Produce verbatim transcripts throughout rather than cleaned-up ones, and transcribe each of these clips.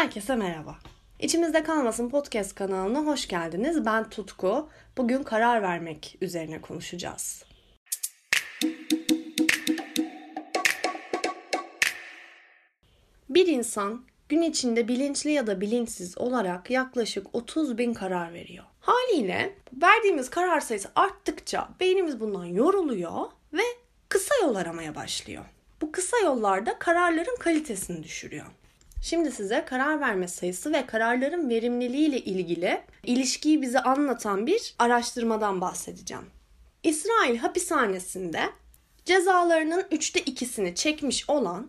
Herkese merhaba. İçimizde Kalmasın podcast kanalına hoş geldiniz. Ben Tutku. Bugün karar vermek üzerine konuşacağız. Bir insan gün içinde bilinçli ya da bilinçsiz olarak yaklaşık otuz bin karar veriyor. Haliyle verdiğimiz karar sayısı arttıkça beynimiz bundan yoruluyor ve kısa yol aramaya başlıyor. Bu kısa yollarda kararların kalitesini düşürüyor. Şimdi size karar verme sayısı ve kararların verimliliği ile ilgili ilişkiyi bize anlatan bir araştırmadan bahsedeceğim. İsrail hapishanesinde cezalarının üçte ikisini çekmiş olan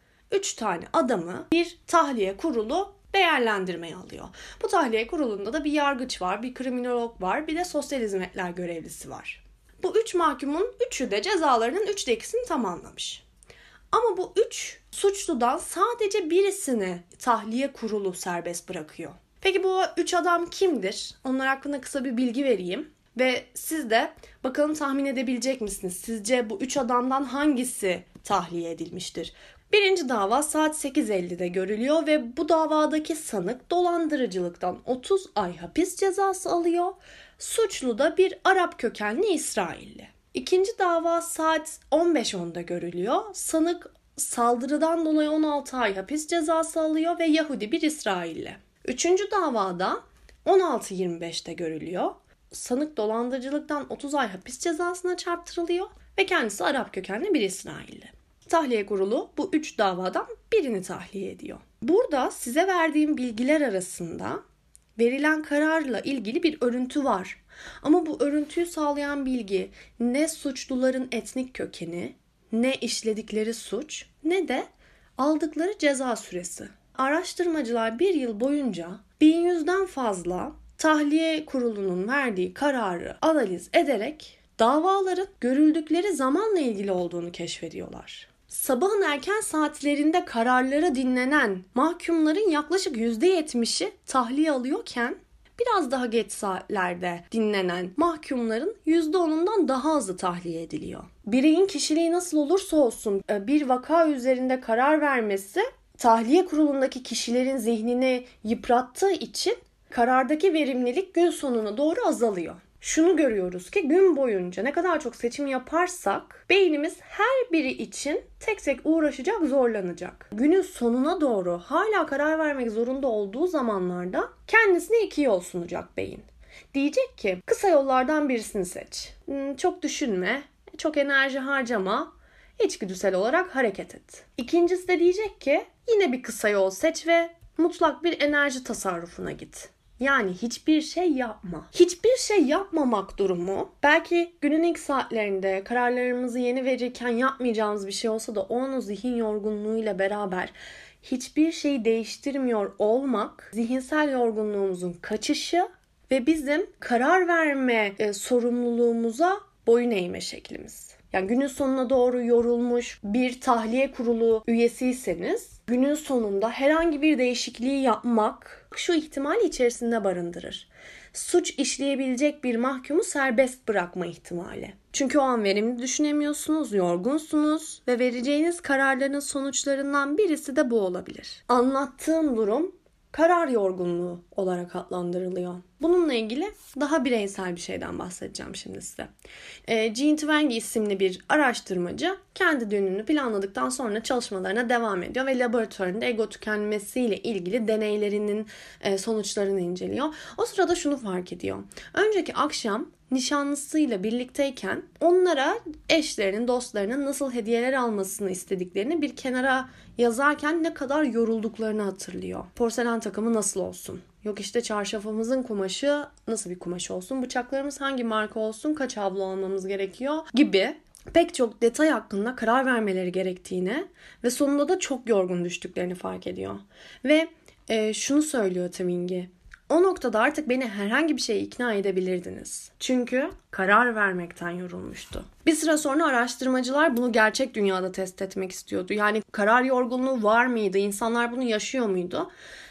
üç tane adamı bir tahliye kurulu değerlendirmeye alıyor. Bu tahliye kurulunda da bir yargıç var, bir kriminolog var, bir de sosyal hizmetler görevlisi var. Bu üç mahkumun üçü de cezalarının üçte ikisini tamamlamış. Ama bu üç suçludan sadece birisini tahliye kurulu serbest bırakıyor. Peki bu üç adam kimdir? Onlar hakkında kısa bir bilgi vereyim. Ve siz de bakalım tahmin edebilecek misiniz? Sizce bu üç adamdan hangisi tahliye edilmiştir? Birinci dava saat sekiz ellide görülüyor ve bu davadaki sanık dolandırıcılıktan otuz ay hapis cezası alıyor. Suçlu da bir Arap kökenli İsrailli. İkinci dava saat on beş onda görülüyor. Sanık saldırıdan dolayı on altı ay hapis cezası alıyor ve Yahudi bir İsrailli. Üçüncü davada on altı yirmi beşte görülüyor. Sanık dolandırıcılıktan otuz ay hapis cezasına çarptırılıyor ve kendisi Arap kökenli bir İsrailli. Tahliye kurulu bu üç davadan birini tahliye ediyor. Burada size verdiğim bilgiler arasında verilen kararla ilgili bir örüntü var. Ama bu örüntüyü sağlayan bilgi ne suçluların etnik kökeni, ne işledikleri suç, ne de aldıkları ceza süresi. Araştırmacılar bir yıl boyunca bin yüzden fazla tahliye kurulunun verdiği kararı analiz ederek davaların görüldükleri zamanla ilgili olduğunu keşfediyorlar. Sabahın erken saatlerinde kararları dinlenen mahkumların yaklaşık yüzde yetmişi tahliye alıyorken biraz daha geç saatlerde dinlenen mahkumların yüzde onundan daha azı tahliye ediliyor. Bireyin kişiliği nasıl olursa olsun bir vaka üzerinde karar vermesi tahliye kurulundaki kişilerin zihnini yıprattığı için karardaki verimlilik gün sonuna doğru azalıyor. Şunu görüyoruz ki gün boyunca ne kadar çok seçim yaparsak beynimiz her biri için tek tek uğraşacak, zorlanacak. Günün sonuna doğru hala karar vermek zorunda olduğu zamanlarda kendisine iki yol sunacak beyin. Diyecek ki kısa yollardan birisini seç. Çok düşünme, çok enerji harcama, içgüdüsel olarak hareket et. İkincisi de diyecek ki yine bir kısa yol seç ve mutlak bir enerji tasarrufuna git. Yani hiçbir şey yapma. Hiçbir şey yapmamak durumu belki günün ilk saatlerinde kararlarımızı yeni verirken yapmayacağımız bir şey olsa da onun zihin yorgunluğuyla beraber hiçbir şeyi değiştirmiyor olmak zihinsel yorgunluğumuzun kaçışı ve bizim karar verme e, sorumluluğumuza boyun eğme şeklimiz. Yani günün sonuna doğru yorulmuş bir tahliye kurulu üyesiyseniz günün sonunda herhangi bir değişikliği yapmak şu ihtimali içerisinde barındırır. Suç işleyebilecek bir mahkumu serbest bırakma ihtimali. Çünkü o an verimli düşünemiyorsunuz, yorgunsunuz ve vereceğiniz kararların sonuçlarından birisi de bu olabilir. Anlattığım durum karar yorgunluğu olarak adlandırılıyor. Bununla ilgili daha bireysel bir şeyden bahsedeceğim şimdi size. E, Jean Twenge isimli bir araştırmacı kendi düğününü planladıktan sonra çalışmalarına devam ediyor ve laboratuvarında ego tükenmesiyle ilgili deneylerinin e, sonuçlarını inceliyor. O sırada şunu fark ediyor. Önceki akşam nişanlısıyla birlikteyken onlara eşlerinin, dostlarının nasıl hediyeler almasını istediklerini bir kenara yazarken ne kadar yorulduklarını hatırlıyor. Porselen takımı nasıl olsun? Yok işte çarşafımızın kumaşı nasıl bir kumaş olsun? Bıçaklarımız hangi marka olsun? Kaç havlu almamız gerekiyor? Gibi pek çok detay hakkında karar vermeleri gerektiğini ve sonunda da çok yorgun düştüklerini fark ediyor. Ve e, şunu söylüyor Twenge. O noktada artık beni herhangi bir şeye ikna edebilirdiniz. Çünkü karar vermekten yorulmuştu. Bir süre sonra araştırmacılar bunu gerçek dünyada test etmek istiyordu. Yani karar yorgunluğu var mıydı? İnsanlar bunu yaşıyor muydu?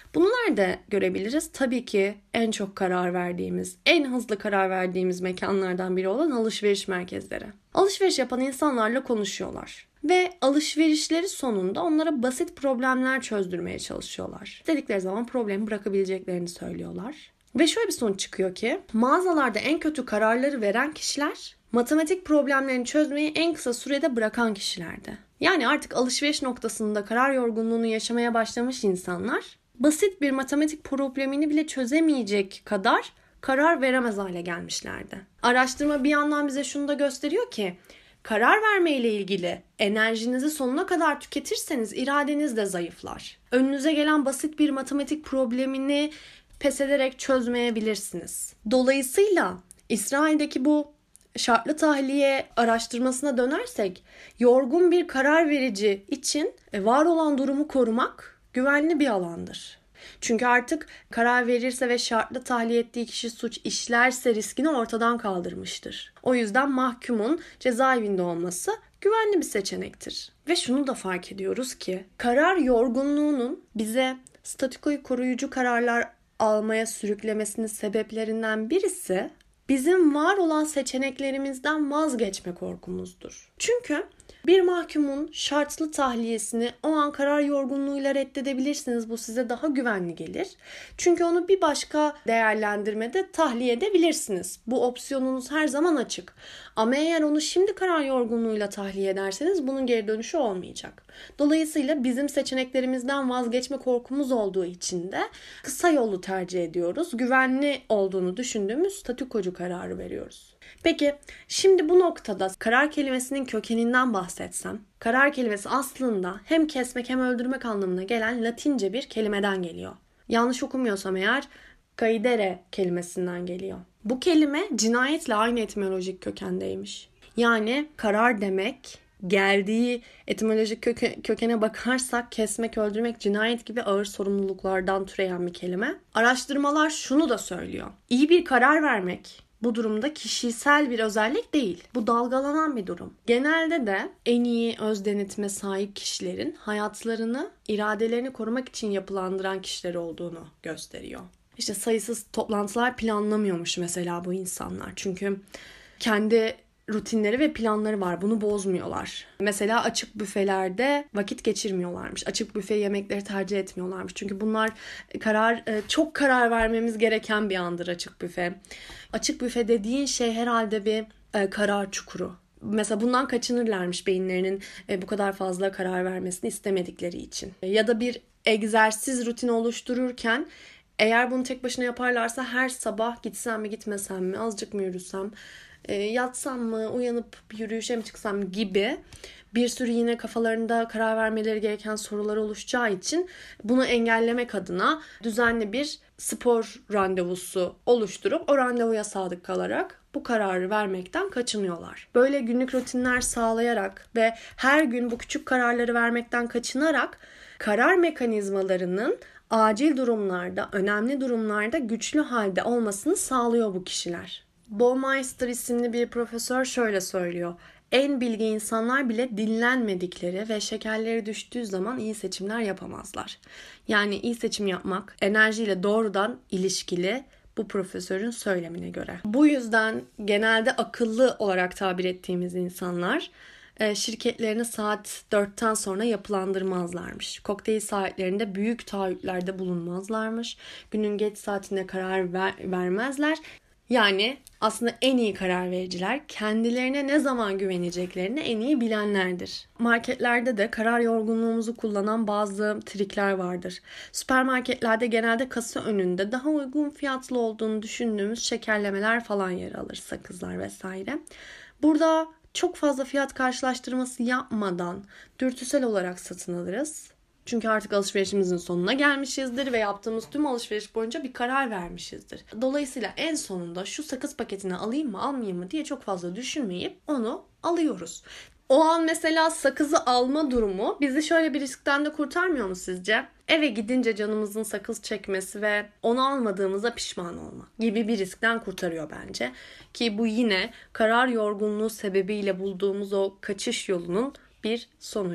Bunu nerede görebiliriz? Tabii ki en çok karar verdiğimiz, en hızlı karar verdiğimiz mekanlardan biri olan alışveriş merkezleri. Alışveriş yapan insanlarla konuşuyorlar. Ve alışverişleri sonunda onlara basit problemler çözdürmeye çalışıyorlar. Dedikleri zaman problemi bırakabileceklerini söylüyorlar. Ve şöyle bir sonuç çıkıyor ki mağazalarda en kötü kararları veren kişiler matematik problemlerini çözmeyi en kısa sürede bırakan kişilerdi. Yani artık alışveriş noktasında karar yorgunluğunu yaşamaya başlamış insanlar basit bir matematik problemini bile çözemeyecek kadar karar veremez hale gelmişlerdi. Araştırma bir yandan bize şunu da gösteriyor ki karar verme ile ilgili enerjinizi sonuna kadar tüketirseniz iradeniz de zayıflar. Önünüze gelen basit bir matematik problemini pes ederek çözmeyebilirsiniz. Dolayısıyla İsrail'deki bu şartlı tahliye araştırmasına dönersek yorgun bir karar verici için var olan durumu korumak güvenli bir alandır. Çünkü artık karar verirse ve şartlı tahliye ettiği kişi suç işlerse riskini ortadan kaldırmıştır. O yüzden mahkumun cezaevinde olması güvenli bir seçenektir. Ve şunu da fark ediyoruz ki karar yorgunluğunun bize statükoyu koruyucu kararlar almaya sürüklemesinin sebeplerinden birisi bizim var olan seçeneklerimizden vazgeçme korkumuzdur. Çünkü bir mahkumun şartlı tahliyesini o an karar yorgunluğuyla reddedebilirsiniz. Bu size daha güvenli gelir. Çünkü onu bir başka değerlendirmede tahliye edebilirsiniz. Bu opsiyonunuz her zaman açık. Ama eğer onu şimdi karar yorgunluğuyla tahliye ederseniz bunun geri dönüşü olmayacak. Dolayısıyla bizim seçeneklerimizden vazgeçme korkumuz olduğu için de kısa yolu tercih ediyoruz. Güvenli olduğunu düşündüğümüz statükocu kararı veriyoruz. Peki şimdi bu noktada karar kelimesinin kökeninden bahsetsem. Karar kelimesi aslında hem kesmek hem öldürmek anlamına gelen Latince bir kelimeden geliyor. Yanlış okumuyorsam eğer caedere kelimesinden geliyor. Bu kelime cinayetle aynı etimolojik kökendeymiş. Yani karar demek, geldiği etimolojik köke, kökene bakarsak kesmek, öldürmek, cinayet gibi ağır sorumluluklardan türeyen bir kelime. Araştırmalar şunu da söylüyor. İyi bir karar vermek bu durumda kişisel bir özellik değil. Bu dalgalanan bir durum. Genelde de en iyi öz denetime sahip kişilerin hayatlarını, iradelerini korumak için yapılandıran kişiler olduğunu gösteriyor. İşte sayısız toplantılar planlamıyormuş mesela bu insanlar. Çünkü kendi rutinleri ve planları var. Bunu bozmuyorlar. Mesela açık büfelerde vakit geçirmiyorlarmış. Açık büfe yemekleri tercih etmiyorlarmış. Çünkü bunlar karar çok karar vermemiz gereken bir andır açık büfe. Açık büfe dediğin şey herhalde bir karar çukuru. Mesela bundan kaçınırlarmış beyinlerinin bu kadar fazla karar vermesini istemedikleri için. Ya da bir egzersiz rutini oluştururken eğer bunu tek başına yaparlarsa her sabah gitsem mi gitmesem mi, azıcık mı yürüsem, E, yatsam mı, uyanıp bir yürüyüşe mi çıksam gibi bir sürü yine kafalarında karar vermeleri gereken sorular oluşacağı için bunu engellemek adına düzenli bir spor randevusu oluşturup o randevuya sadık kalarak bu kararı vermekten kaçınıyorlar. Böyle günlük rutinler sağlayarak ve her gün bu küçük kararları vermekten kaçınarak karar mekanizmalarının acil durumlarda, önemli durumlarda güçlü halde olmasını sağlıyor bu kişiler. Baumeister isimli bir profesör şöyle söylüyor. En bilge insanlar bile dinlenmedikleri ve şekerleri düştüğü zaman iyi seçimler yapamazlar. Yani iyi seçim yapmak enerjiyle doğrudan ilişkili bu profesörün söylemine göre. Bu yüzden genelde akıllı olarak tabir ettiğimiz insanlar şirketlerini saat dörtten sonra yapılandırmazlarmış. Kokteyl saatlerinde büyük taahhütlerde bulunmazlarmış. Günün geç saatine karar ver- vermezler. Yani aslında en iyi karar vericiler kendilerine ne zaman güveneceklerini en iyi bilenlerdir. Marketlerde de karar yorgunluğumuzu kullanan bazı trikler vardır. Süpermarketlerde genelde kasa önünde daha uygun fiyatlı olduğunu düşündüğümüz şekerlemeler falan yer alır, sakızlar vesaire. Burada çok fazla fiyat karşılaştırması yapmadan dürtüsel olarak satın alırız. Çünkü artık alışverişimizin sonuna gelmişizdir ve yaptığımız tüm alışveriş boyunca bir karar vermişizdir. Dolayısıyla en sonunda şu sakız paketini alayım mı almayayım mı diye çok fazla düşünmeyip onu alıyoruz. O an mesela sakızı alma durumu bizi şöyle bir riskten de kurtarmıyor mu sizce? Eve gidince canımızın sakız çekmesi ve onu almadığımıza pişman olma gibi bir riskten kurtarıyor bence. Ki bu yine karar yorgunluğu sebebiyle bulduğumuz o kaçış yolunun bir sonucu.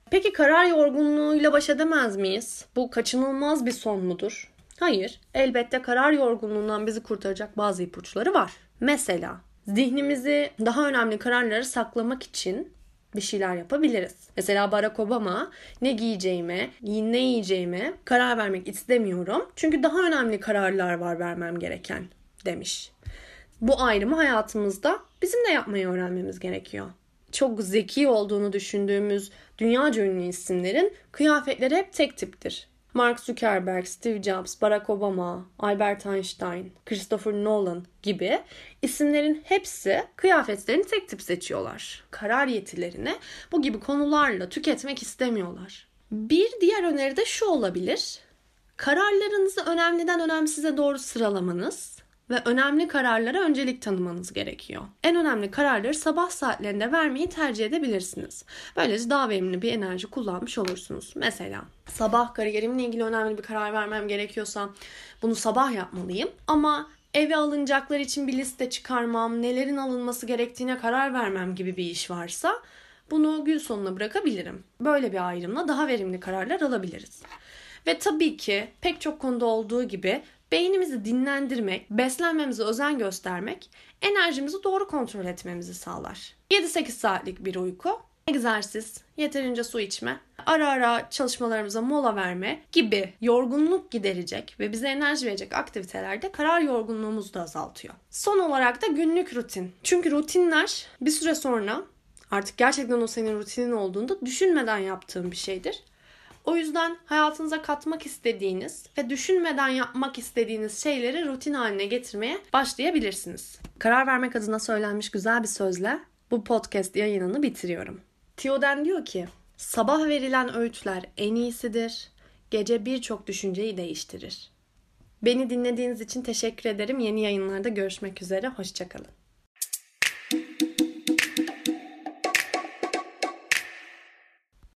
Peki karar yorgunluğuyla baş edemez miyiz? Bu kaçınılmaz bir son mudur? Hayır, elbette karar yorgunluğundan bizi kurtaracak bazı ipuçları var. Mesela zihnimizi daha önemli kararları saklamak için bir şeyler yapabiliriz. Mesela Barack Obama ne giyeceğime, ne yiyeceğime karar vermek istemiyorum. Çünkü daha önemli kararlar var vermem gereken demiş. Bu ayrımı hayatımızda bizim de yapmayı öğrenmemiz gerekiyor. Çok zeki olduğunu düşündüğümüz dünyaca ünlü isimlerin kıyafetleri hep tek tiptir. Mark Zuckerberg, Steve Jobs, Barack Obama, Albert Einstein, Christopher Nolan gibi isimlerin hepsi kıyafetlerini tek tip seçiyorlar. Karar yetilerini bu gibi konularla tüketmek istemiyorlar. Bir diğer öneri de şu olabilir. Kararlarınızı önemliden önemsize doğru sıralamanız ve önemli kararlara öncelik tanımanız gerekiyor. En önemli kararları sabah saatlerinde vermeyi tercih edebilirsiniz. Böylece daha verimli bir enerji kullanmış olursunuz. Mesela sabah kariyerimle ilgili önemli bir karar vermem gerekiyorsa bunu sabah yapmalıyım. Ama eve alınacaklar için bir liste çıkarmam, nelerin alınması gerektiğine karar vermem gibi bir iş varsa bunu gün sonuna bırakabilirim. Böyle bir ayrımla daha verimli kararlar alabiliriz. Ve tabii ki pek çok konuda olduğu gibi beynimizi dinlendirmek, beslenmemize özen göstermek, enerjimizi doğru kontrol etmemizi sağlar. yedi sekiz saatlik bir uyku, egzersiz, yeterince su içme, ara ara çalışmalarımıza mola verme gibi yorgunluk giderecek ve bize enerji verecek aktivitelerde karar yorgunluğumuzu da azaltıyor. Son olarak da günlük rutin. Çünkü rutinler bir süre sonra artık gerçekten o senin rutinin olduğunda düşünmeden yaptığın bir şeydir. O yüzden hayatınıza katmak istediğiniz ve düşünmeden yapmak istediğiniz şeyleri rutin haline getirmeye başlayabilirsiniz. Karar vermek adına söylenmiş güzel bir sözle bu podcast yayınını bitiriyorum. Theoden diyor ki, sabah verilen öğütler en iyisidir, gece birçok düşünceyi değiştirir. Beni dinlediğiniz için teşekkür ederim. Yeni yayınlarda görüşmek üzere, hoşça kalın.